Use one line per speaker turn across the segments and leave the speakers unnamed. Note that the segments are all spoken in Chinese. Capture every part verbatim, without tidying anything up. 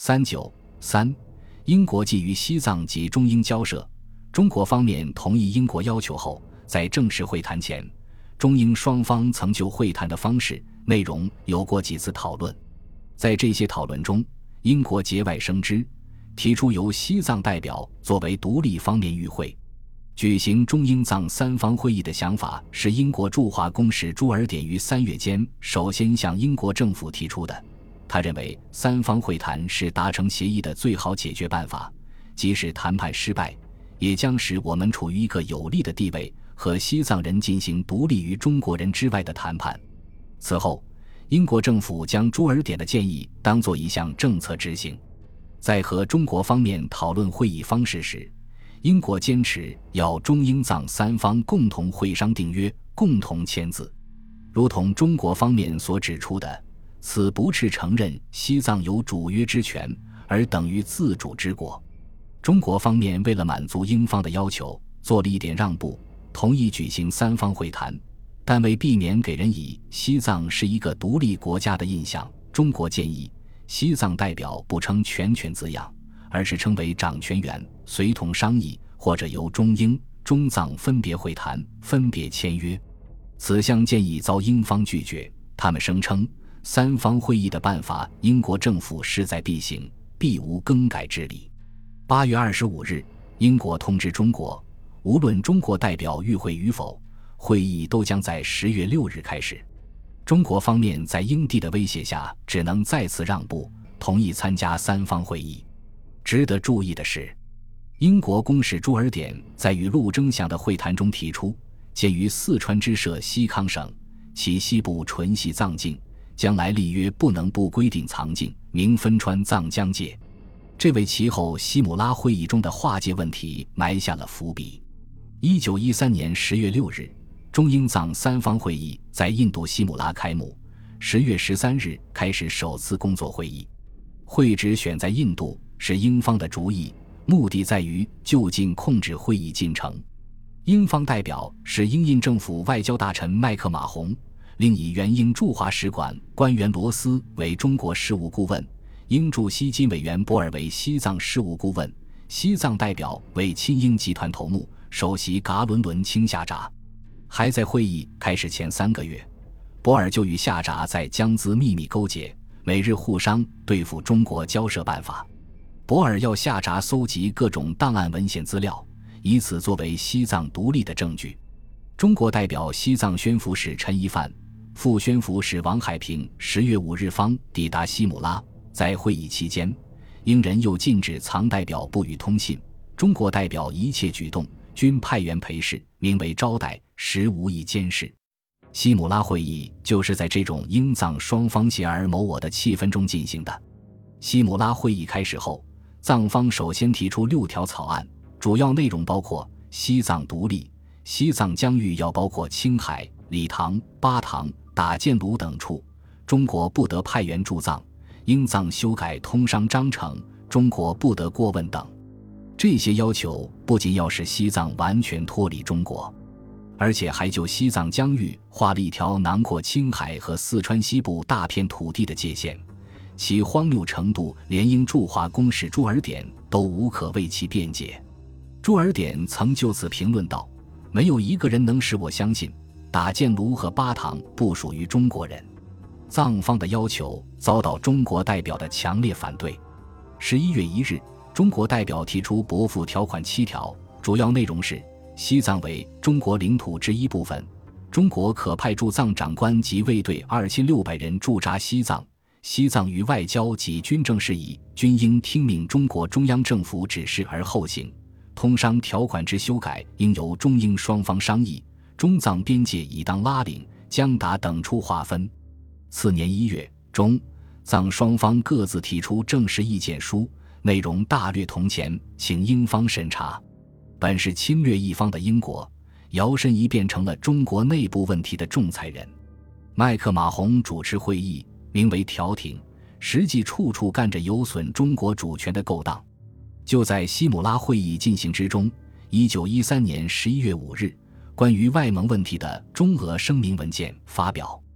三九三，英国基于西藏及中英交涉，中国方面同意英国要求后，在正式会谈前，中英双方曾就会谈的方式、内容有过几次讨论。在这些讨论中，英国节外生枝，提出由西藏代表作为独立方面与会。举行中英藏三方会议的想法是英国驻华公使朱尔典于三月间首先向英国政府提出的。他认为三方会谈是达成协议的最好解决办法，即使谈判失败，也将使我们处于一个有利的地位，和西藏人进行独立于中国人之外的谈判。此后，英国政府将朱尔典的建议当作一项政策执行。在和中国方面讨论会议方式时，英国坚持要中英藏三方共同会商订约，共同签字。如同中国方面所指出的，此不是承认西藏有主约之权，而等于自主之国。中国方面为了满足英方的要求，做了一点让步，同意举行三方会谈，但为避免给人以西藏是一个独立国家的印象，中国建议西藏代表不称全权字样，而是称为掌权员，随同商议，或者由中英、中藏分别会谈，分别签约。此项建议遭英方拒绝，他们声称三方会议的办法英国政府势在必行，必无更改之理。八月二十五日，英国通知中国，无论中国代表与会与否，会议都将在十月六日开始。中国方面在英帝的威胁下只能再次让步，同意参加三方会议。值得注意的是，英国公使朱尔典在与陆征祥的会谈中提出，鉴于四川之设西康省，其西部纯系藏境，将来立约不能不规定藏境，明分川藏疆界。这为其后西姆拉会议中的划界问题埋下了伏笔。一九一三年十月六日，中英藏三方会议在印度西姆拉开幕，十月十三日开始首次工作会议。会址选在印度是英方的主意，目的在于就近控制会议进程。英方代表是英印政府外交大臣麦克马洪，另以原英驻华使馆官员罗斯为中国事务顾问，英驻西金委员博尔为西藏事务顾问，西藏代表为亲英集团头目，首席噶伦伦清夏札。还在会议开始前三个月，博尔就与夏札在江孜秘密勾结，每日互商对付中国交涉办法。博尔要夏札搜集各种档案文献资料，以此作为西藏独立的证据。中国代表西藏宣抚使陈一范、副宣抚使王海平十月五日方抵达西姆拉。在会议期间，英人又禁止藏代表不予通信，中国代表一切举动均派员陪侍，名为招待，实无意监视。西姆拉会议就是在这种英藏双方挟而谋我的气氛中进行的。西姆拉会议开始后，藏方首先提出六条草案，主要内容包括西藏独立，西藏疆域要包括青海、理塘、巴塘、打箭炉等处，中国不得派员驻藏，英藏修改通商章程，中国不得过问等。这些要求不仅要使西藏完全脱离中国，而且还就西藏疆域画了一条囊括青海和四川西部大片土地的界限，其荒谬程度连英驻华公使朱尔典都无可为其辩解。朱尔典曾就此评论道，没有一个人能使我相信打箭炉和巴塘不属于中国人。藏方的要求遭到中国代表的强烈反对。十一月一日，中国代表提出驳附条款七条，主要内容是：西藏为中国领土之一部分，中国可派驻藏长官及卫队二千六百人驻扎西藏，西藏于外交及军政事宜均应听命中国中央政府指示而后行，通商条款之修改应由中英双方商议，中藏边界以当拉岭、江达等处划分。次年一月，中藏双方各自提出正式意见书，内容大略同前，请英方审查。本是侵略一方的英国，摇身一变成了中国内部问题的仲裁人。麦克马洪主持会议，名为调停，实际处处干着有损中国主权的勾当。就在西姆拉会议进行之中，一九一三年十一月五日，关于外蒙问题的中俄声明文件发表。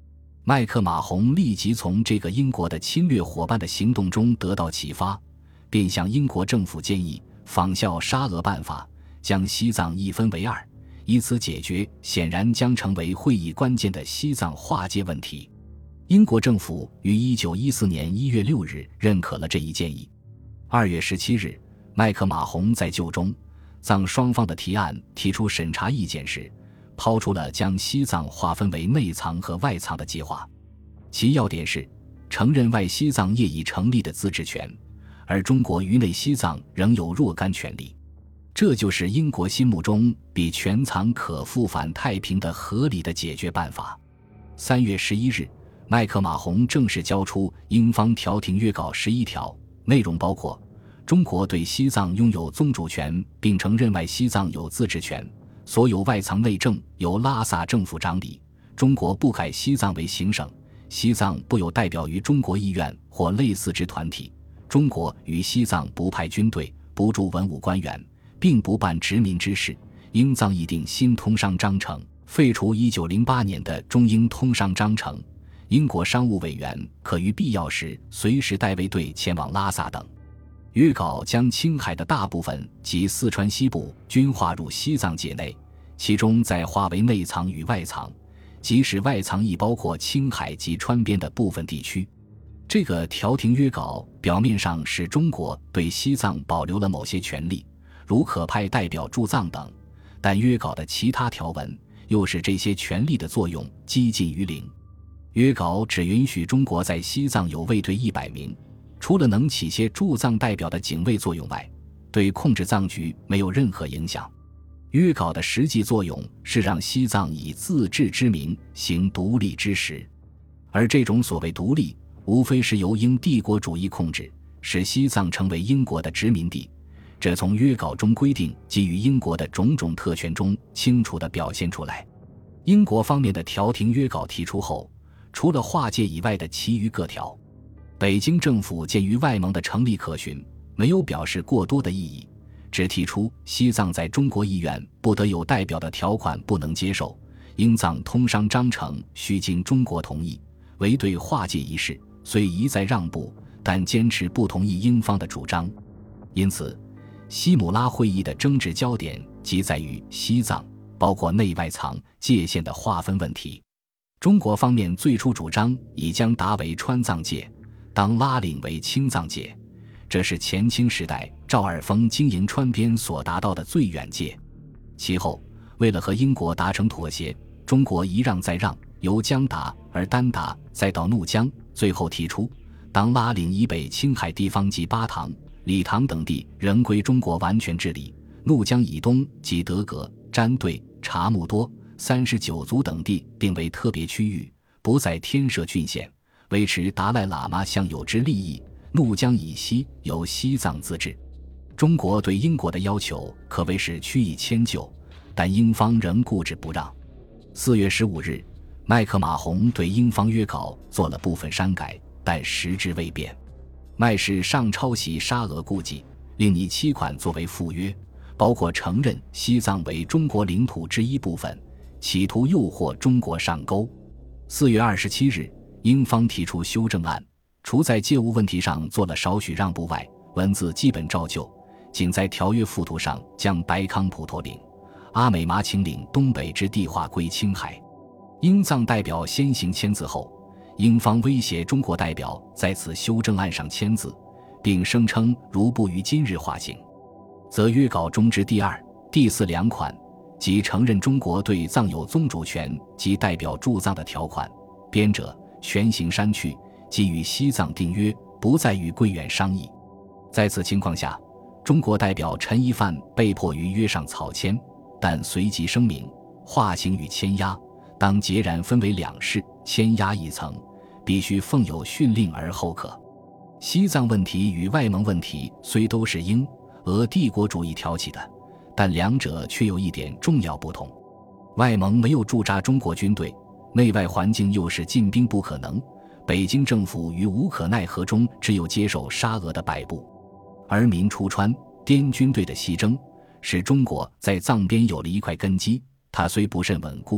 麦克马洪立即从这个英国的侵略伙伴的行动中得到启发，便向英国政府建议仿效沙俄办法，将西藏一分为二，以此解决显然将成为会议关键的西藏划界问题。英国政府于一九一四年一月六日认可了这一建议。二月十七日，麦克马洪在就中藏双方的提案提出审查意见时，抛出了将西藏划分为内藏和外藏的计划。其要点是承认外西藏业已成立的自治权，而中国于内西藏仍有若干权利。这就是英国心目中比全藏可复返太平的合理的解决办法。三月十一日，麦克马洪正式交出英方调停约稿十一条，内容包括中国对西藏拥有宗主权，并承认外西藏有自治权，所有外藏内政由拉萨政府掌理，中国不改西藏为行省，西藏不有代表于中国议院或类似之团体，中国于西藏不派军队，不驻文武官员，并不办殖民之事，英藏议定新通商章程，废除一九零八年的中英通商章程，英国商务委员可于必要时随时带卫队前往拉萨等。约稿将青海的大部分及四川西部均划入西藏界内，其中再划为内藏与外藏，即使外藏亦包括青海及川边的部分地区。这个调停约稿表面上是中国对西藏保留了某些权利，如可派代表驻藏等，但约稿的其他条文又使这些权利的作用几近于零。约稿只允许中国在西藏有卫队一百名，除了能起些驻藏代表的警卫作用外，对控制藏局没有任何影响。约稿的实际作用是让西藏以自治之名行独立之实，而这种所谓独立无非是由英帝国主义控制，使西藏成为英国的殖民地，这从约稿中规定给予英国的种种特权中清楚地表现出来。英国方面的调停约稿提出后，除了划界以外的其余各条，北京政府鉴于外盟的成立可循，没有表示过多的异议，只提出西藏在中国议院不得有代表的条款不能接受，英藏通商章程须经中国同意，唯对划界一事虽一再让步，但坚持不同意英方的主张。因此西姆拉会议的争执焦点即在于西藏包括内外藏界限的划分问题。中国方面最初主张以将达为川藏界，当拉岭为青藏界，这是前清时代赵尔丰经营川边所达到的最远界。其后为了和英国达成妥协，中国一让再让，由江达而丹达再到怒江，最后提出当拉岭以北青海地方及巴塘、理塘等地仍归中国完全治理，怒江以东及德格、詹对、察木多、三十九族等地定为特别区域，不再添设郡县，维持达赖喇嘛享有之利益。怒江以西由西藏自治。中国对英国的要求可谓是曲以迁就，但英方仍固执不让。四月十五日，麦克马洪对英方约稿做了部分删改，但实质未变。麦氏上抄袭沙俄故伎，另拟七款作为附约，包括承认西藏为中国领土之一部分，企图诱惑中国上钩。四月二十七日，英方提出修正案，除在界务问题上做了少许让步外，文字基本照旧，仅在条约附图上将白康普陀岭、阿美马青岭东北之地划归青海。英藏代表先行签字后，英方威胁中国代表在此修正案上签字，并声称如不于今日划行，则约稿中之第二、第四两款，即承认中国对藏有宗主权及代表驻藏的条款，编者全行删去，即与西藏订约，不再与贵远商议。在此情况下，中国代表陈一范被迫于约上草签，但随即声明划行与签押当截然分为两事，签押一层，必须奉有训令而后可。西藏问题与外蒙问题虽都是英俄帝国主义挑起的，但两者却有一点重要不同。外蒙没有驻扎中国军队，内外环境又是进兵不可能，北京政府于无可奈何中只有接受沙俄的摆布。而民出川滇军队的西征，使中国在藏边有了一块根基，它虽不甚稳固，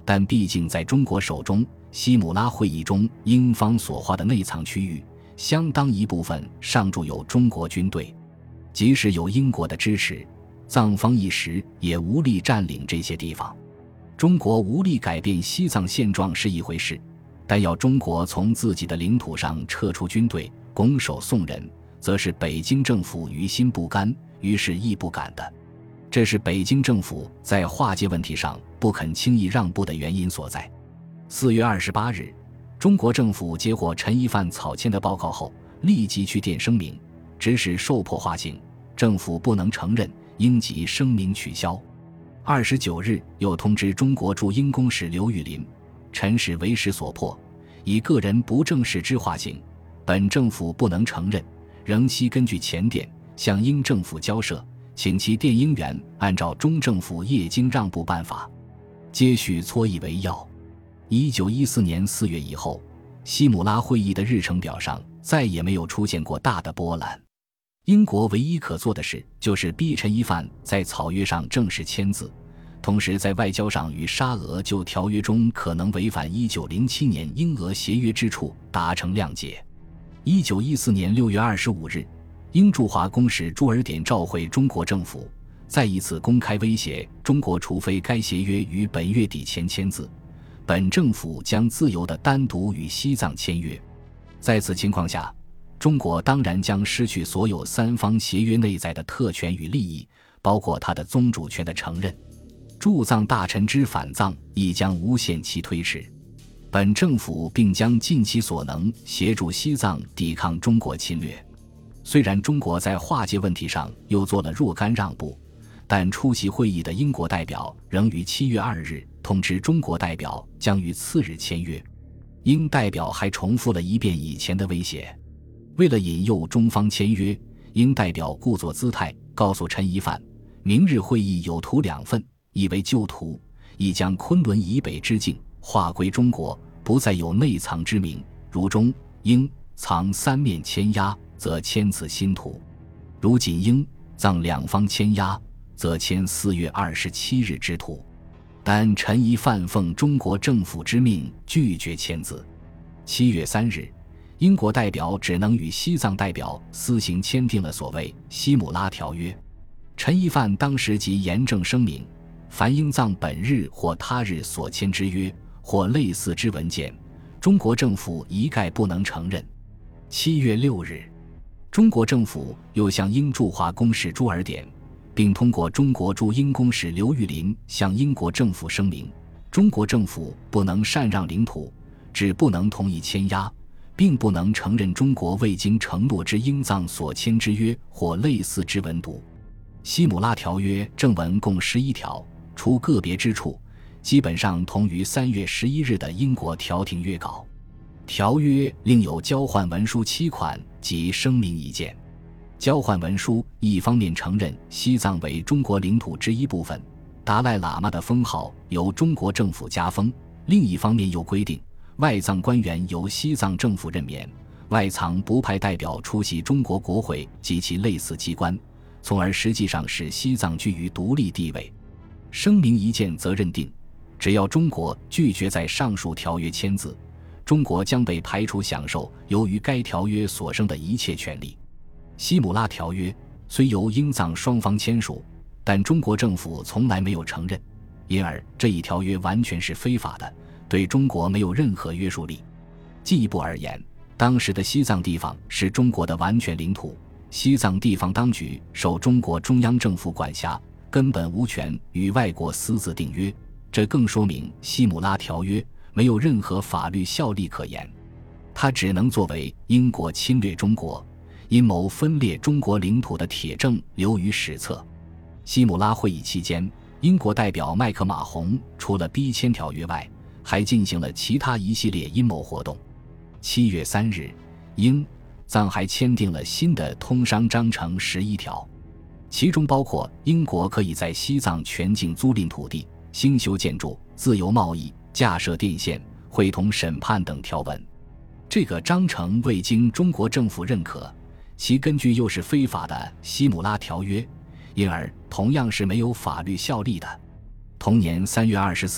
但毕竟在中国手中，西姆拉会议中英方所划的内藏区域，相当一部分尚驻有中国军队。即使有英国的支持，藏方一时也无力占领这些地方。中国无力改变西藏现状是一回事，但要中国从自己的领土上撤出军队，拱手送人，则是北京政府于心不甘，于是亦不敢的。这是北京政府在划界问题上不肯轻易让步的原因所在。四月二十八日，中国政府接获陈一范草签的报告后，立即去电声明，指使受迫划境，政府不能承认，应即声明取消。二十九日又通知中国驻英公使刘玉林，陈氏为时所迫，以个人不正式之划境，本政府不能承认，仍需根据前典向英政府交涉，请其电英员按照中政府业经让步办法，接续撮议为要。一九一四年四月以后，西姆拉会议的日程表上再也没有出现过大的波澜。英国唯一可做的事就是逼陈一范在草约上正式签字，同时在外交上与沙俄就条约中可能违反一九零七年英俄协约之处达成谅解。一九一四年六月二十五日，英驻华公使朱尔典召会中国政府，再一次公开威胁中国，除非该协约于本月底前签字，本政府将自由地单独与西藏签约。在此情况下，中国当然将失去所有三方协约内在的特权与利益，包括它的宗主权的承认。驻藏大臣之反藏亦将无限期推迟。本政府并将尽其所能协助西藏抵抗中国侵略。虽然中国在划界问题上又做了若干让步，但出席会议的英国代表仍于七月二日通知中国代表将于次日签约。英代表还重复了一遍以前的威胁。为了引诱中方签约，英代表故作姿态告诉陈一范，明日会议有图两份，一为旧图，亦将昆仑以北之境划归中国，不再有内藏之名，如中、英、藏三面签押，则签此新图；如仅英、藏两方签押，则签四月二十七日之图。但陈一范奉中国政府之命拒绝签字。七月三日，英国代表只能与西藏代表私行签订了所谓西姆拉条约。陈一范当时即严正声明，凡英藏本日或他日所签之约或类似之文件，中国政府一概不能承认。七月六日，中国政府又向英驻华公使朱尔典，并通过中国驻英公使刘玉林向英国政府声明，中国政府不能禅让领土，只不能同意签押，并不能承认中国未经承诺之英藏所签之约或类似之文牍。西姆拉条约正文共十一条，除个别之处，基本上同于三月十一日的英国调停约稿。条约另有交换文书七款及声明一件。交换文书一方面承认西藏为中国领土之一部分，达赖喇嘛的封号由中国政府加封；另一方面又规定外藏官员由西藏政府任免，外藏不派代表出席中国国会及其类似机关，从而实际上使西藏居于独立地位。声明一件则认定，只要中国拒绝在上述条约签字，中国将被排除享受由于该条约所生的一切权利。西姆拉条约虽由英藏双方签署，但中国政府从来没有承认，因而这一条约完全是非法的，对中国没有任何约束力。进一步而言，当时的西藏地方是中国的完全领土，西藏地方当局受中国中央政府管辖，根本无权与外国私自订约，这更说明西姆拉条约没有任何法律效力可言，它只能作为英国侵略中国、阴谋分裂中国领土的铁证留于史册。西姆拉会议期间，英国代表麦克马洪除了逼签条约外，还进行了其他一系列阴谋活动。七月三日，英、藏还签订了新的通商章程十一条，其中包括英国可以在西藏全境租赁土地、兴修建筑、自由贸易、架设电线、会同审判等条文。这个章程未经中国政府认可，其根据又是非法的西姆拉条约，因而同样是没有法律效力的。同年三月二十四，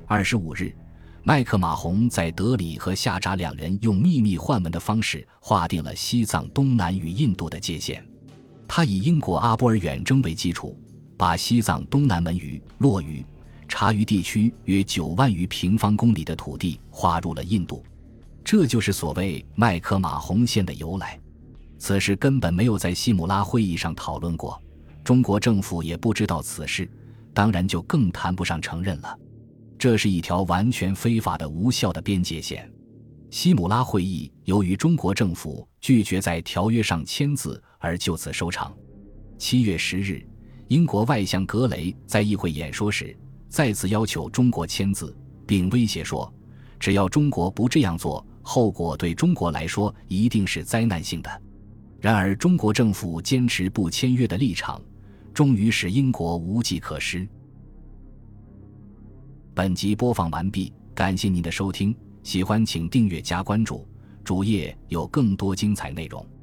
二十五日，麦克马洪在德里和夏札两人用秘密换文的方式划定了西藏东南与印度的界限。他以英国阿波尔远征为基础，把西藏东南文鱼、洛鱼、察隅地区约九万余平方公里的土地划入了印度。这就是所谓麦克马洪线的由来。此事根本没有在西姆拉会议上讨论过，中国政府也不知道此事，当然就更谈不上承认了。这是一条完全非法的无效的边界线。西姆拉会议由于中国政府拒绝在条约上签字而就此收场。七月十日，英国外相格雷在议会演说时再次要求中国签字，并威胁说，只要中国不这样做，后果对中国来说一定是灾难性的。然而中国政府坚持不签约的立场，终于使英国无计可施。本集播放完毕，感谢您的收听，喜欢请订阅加关注，主页有更多精彩内容。